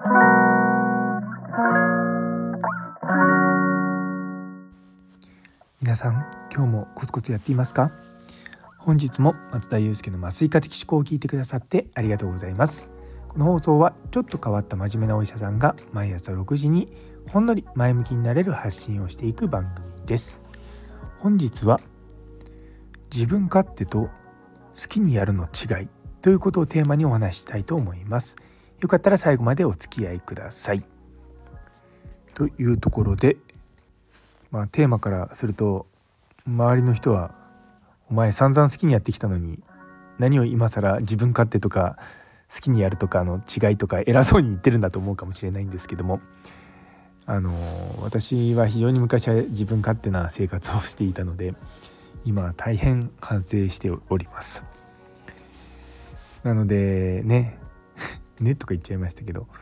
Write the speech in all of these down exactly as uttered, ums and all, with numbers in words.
皆さん、今日もコツコツやっていますか？本日も松田祐介の麻酔科的思考を聞いてくださってありがとうございます。この放送はちょっと変わった真面目なお医者さんが毎朝ろくじにほんのり前向きになれる発信をしていく番組です。本日は自分勝手と好きにやるの違いということをテーマにお話ししたいと思います。よかったら最後までお付き合いください。というところで、まあ、テーマからすると周りの人はお前散々好きにやってきたのに何を今更自分勝手とか好きにやるとかの違いとか偉そうに言ってるんだと思うかもしれないんですけども、あの私は非常に昔は自分勝手な生活をしていたので今は大変反省しております。なのでねねとか言っちゃいましたけど、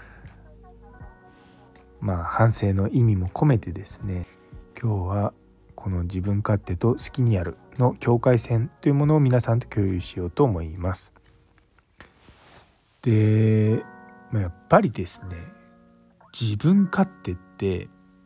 まあ反省の意味も込めてですね、今日はこの自分勝手と好きにやるの境界線というものを皆さんと共有しようと思います。で、まあ、やっぱりですね、自分勝手って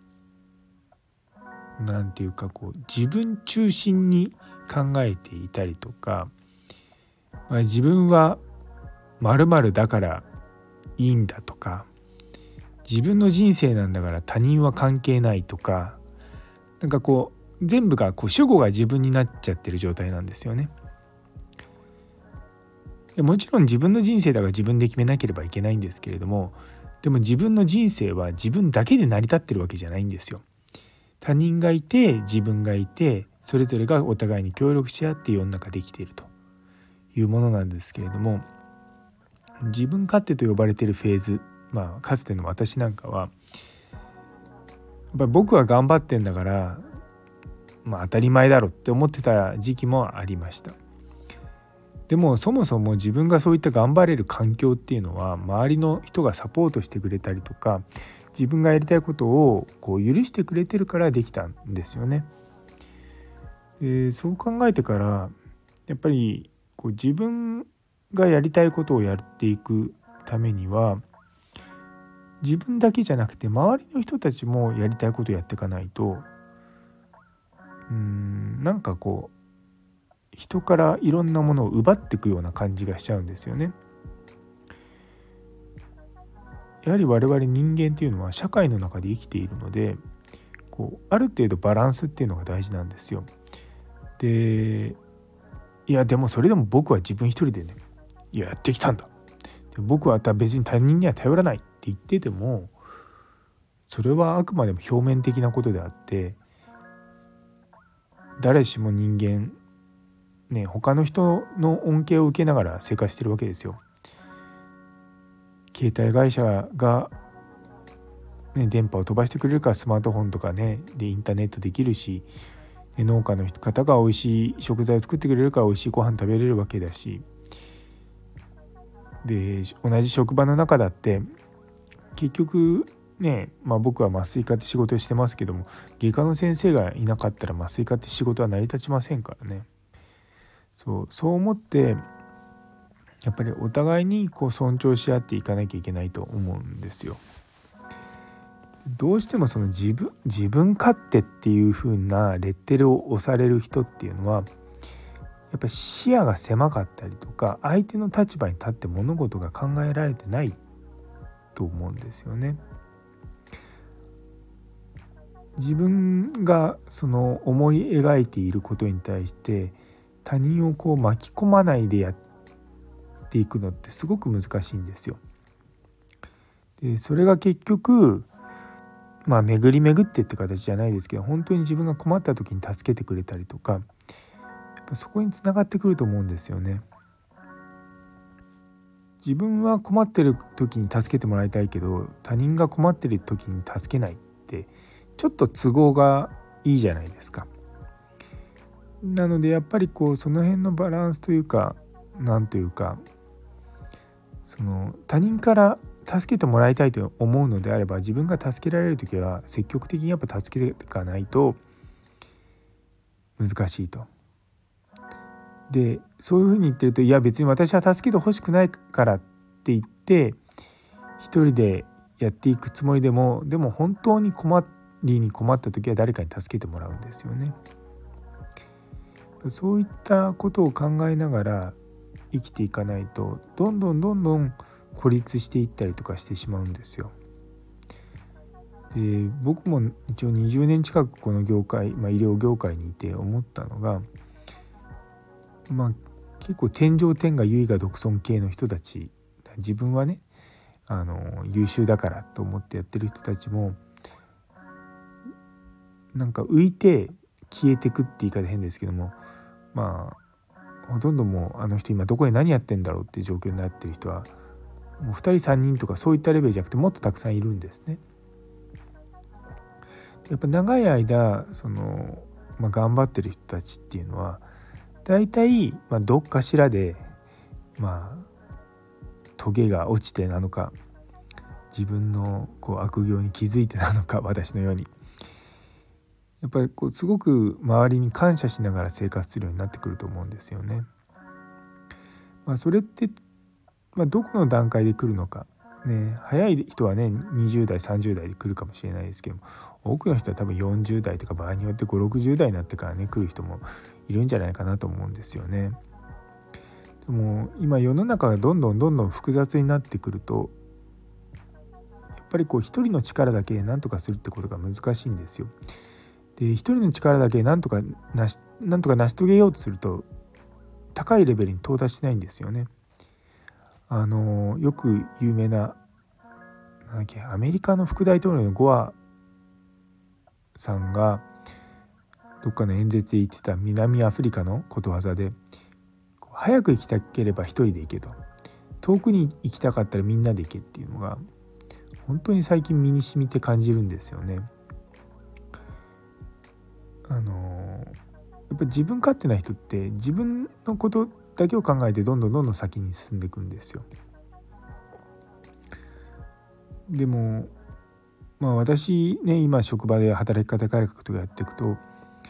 なんていうかこう自分中心に考えていたりとか、まあ、自分は〇〇だからいいんだとか、自分の人生なんだから他人は関係ないとか、なんかこう全部がこう主語が自分になっちゃってる状態なんですよね。もちろん自分の人生だから自分で決めなければいけないんですけれども、でも自分の人生は自分だけで成り立ってるわけじゃないんですよ。他人がいて自分がいて、それぞれがお互いに協力し合って世の中で生きているというものなんですけれども、自分勝手と呼ばれているフェーズ、まあかつての私なんかはやっぱり僕は頑張ってんだから、まあ、当たり前だろって思ってた時期もありました。でもそもそも自分がそういった頑張れる環境っていうのは周りの人がサポートしてくれたりとか、自分がやりたいことをこう許してくれてるからできたんですよね。でそう考えてからやっぱりこう自分がやりたいことをやっていくためには、自分だけじゃなくて周りの人たちもやりたいことをやっていかないと、うーんなんかこう人からいろんなものを奪っていくような感じがしちゃうんですよね。やはり我々人間っていうのは社会の中で生きているので、こうある程度バランスっていうのが大事なんですよ。で、いやでもそれでも僕は自分一人でね、いややってきたんだ。で僕は別に他人には頼らないって言ってても、それはあくまでも表面的なことであって、誰しも人間ね、他の人の恩恵を受けながら生活してるわけですよ。携帯会社が、ね、電波を飛ばしてくれるからスマートフォンとかねでインターネットできるし、農家の方が美味しい食材を作ってくれるから美味しいご飯食べれるわけだし、で同じ職場の中だって結局ね、まあ、僕は麻酔科って仕事をしてますけども、外科の先生がいなかったら麻酔科って仕事は成り立ちませんからね。そうそう思ってやっぱりお互いにこう尊重し合っていかなきゃいけないと思うんですよ。どうしてもその自分自分勝手っていう風なレッテルを押される人っていうのはやっぱり視野が狭かったりとか、相手の立場に立って物事が考えられてないと思うんですよね。自分がその思い描いていることに対して他人をこう巻き込まないでやっていくのってすごく難しいんですよ。でそれが結局まあ巡り巡ってって形じゃないですけど、本当に自分が困った時に助けてくれたりとか、やっぱそこにつながってくると思うんですよね。自分は困ってる時に助けてもらいたいけど、他人が困ってる時に助けないってちょっと都合がいいじゃないですか。なのでやっぱりこうその辺のバランスというか、なんというか、その他人から助けてもらいたいと思うのであれば、自分が助けられる時は積極的にやっぱ助けていかないと難しいと。でそういうふうに言ってると、いや別に私は助けてほしくないからって言って一人でやっていくつもりでもでも本当に困りに困った時は誰かに助けてもらうんですよね。そういったことを考えながら生きていかないとどんどんどんどん孤立していったりとかしてしまうんですよ。で僕も一応にじゅうねん近くこの業界、まあ、医療業界にいて思ったのが、まあ、結構天上天下唯我独尊系の人たち、自分はねあの優秀だからと思ってやってる人たちもなんか浮いて消えてくって言い方変ですけども、まあほとんどもうあの人今どこで何やってんだろうっていう状況になってる人はもうふたりさんにんとかそういったレベルじゃなくてもっとたくさんいるんですね。やっぱ長い間その、まあ、頑張ってる人たちっていうのは大体、まあ、どっかしらでまあトゲが落ちてなのか自分のこう悪行に気づいてなのか私のようにやっぱりこうすごく周りに感謝しながら生活するようになってくると思うんですよね。まあ、それって、まあ、どこの段階で来るのかね、早い人はねにじゅう代さんじゅう代で来るかもしれないですけども多くの人は多分よんじゅう代とか場合によってごじゅうろくじゅう代になってからね来る人もいるんじゃないかなと思うんですよね。でも今世の中がどんどんどんどん複雑になってくるとやっぱりこう一人の力だけで何とかするってことが難しいんですよ。で一人の力だけで何とかなし何とか成し遂げようとすると高いレベルに到達しないんですよね。あのよく有名な、なんだっけアメリカの副大統領のゴアさんがどっかの演説で言ってた南アフリカのことわざで早く行きたければ一人で行けと遠くに行きたかったらみんなで行けっていうのが本当に最近身に染みて感じるんですよね。あのやっぱり自分勝手な人って自分のことだけを考えてどんどんどんどん先に進んでいくんですよ。でもまあ私ね今職場で働き方改革とかやっていくと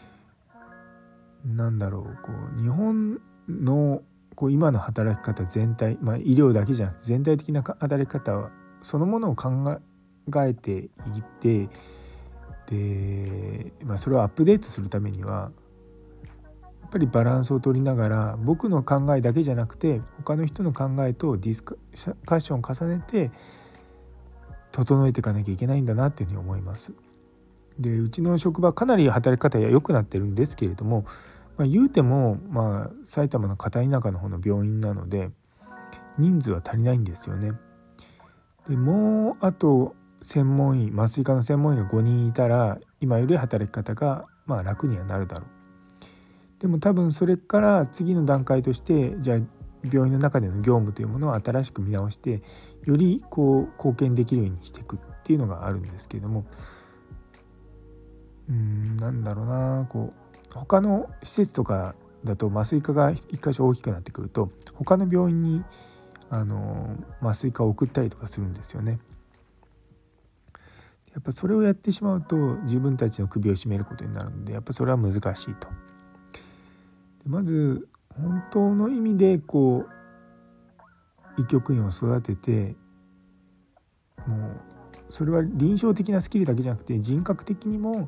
なんだろうこう日本のこう今の働き方全体、まあ、医療だけじゃなくて全体的な働き方そのものを考えていってで、まあ、それをアップデートするためにはやっぱりバランスを取りながら僕の考えだけじゃなくて他の人の考えとディスカッションを重ねて整えていかなきゃいけないんだなっていうふうに思います。でうちの職場かなり働き方が良くなってるんですけれども、まあ、言うても、まあ、埼玉の片田舎の方の病院なので人数は足りないんですよね。でもうあと専門医麻酔科の専門医がごにんいたら今より働き方がまあ楽にはなるだろう。でも多分それから次の段階としてじゃあ病院の中での業務というものを新しく見直してよりこう貢献できるようにしていくっていうのがあるんですけれどもうーんなんだろうなこう他の施設とかだと麻酔科が一箇所大きくなってくると他の病院にあの麻酔科を送ったりとかするんですよね。やっぱそれをやってしまうと自分たちの首を絞めることになるのでやっぱそれは難しいと。まず本当の意味でこう医局員を育ててもうそれは臨床的なスキルだけじゃなくて人格的にも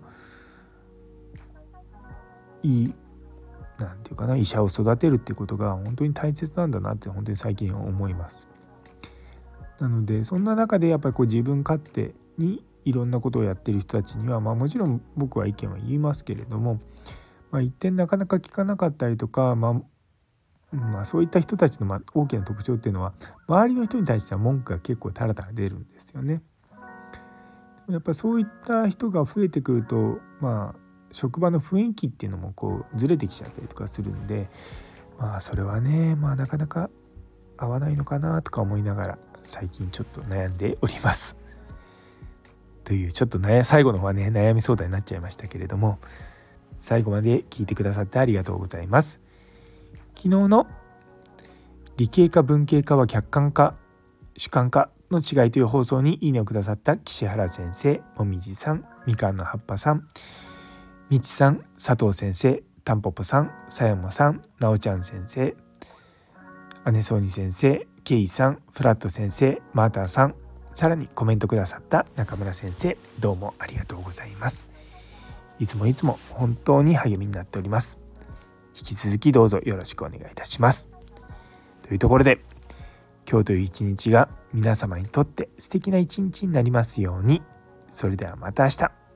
いいなんていうかな医者を育てるっていうことが本当に大切なんだなって本当に最近思います。なのでそんな中でやっぱりこう自分勝手にいろんなことをやってる人たちにはまあもちろん僕は意見は言いますけれどもまあ、一点なかなか聞かなかったりとか、まあまあ、そういった人たちのまあ大きな特徴っていうのは周りの人に対しては文句が結構タラタラ出るんですよね。やっぱそういった人が増えてくると、まあ、職場の雰囲気っていうのもこうずれてきちゃったりとかするんで、まあ、それはね、まあ、なかなか合わないのかなとか思いながら最近ちょっと悩んでおります。というちょっと悩最後の方はね悩み相談になっちゃいましたけれども最後まで聞いてくださってありがとうございます。昨日の理系か文系かは客観か主観かの違いという放送にいいねをくださった岸原先生、もみじさん、みかんの葉っぱさん、みちさん、佐藤先生、たんぽぽさん、さやもさん、なおちゃん先生、姉そうに先生、けいさん、フラット先生、マーターさん、 さらにコメントくださった中村先生、どうもありがとうございます。いつもいつも本当に励みになっております。引き続きどうぞよろしくお願いいたします。というところで、今日という一日が皆様にとって素敵な一日になりますように。それではまた明日。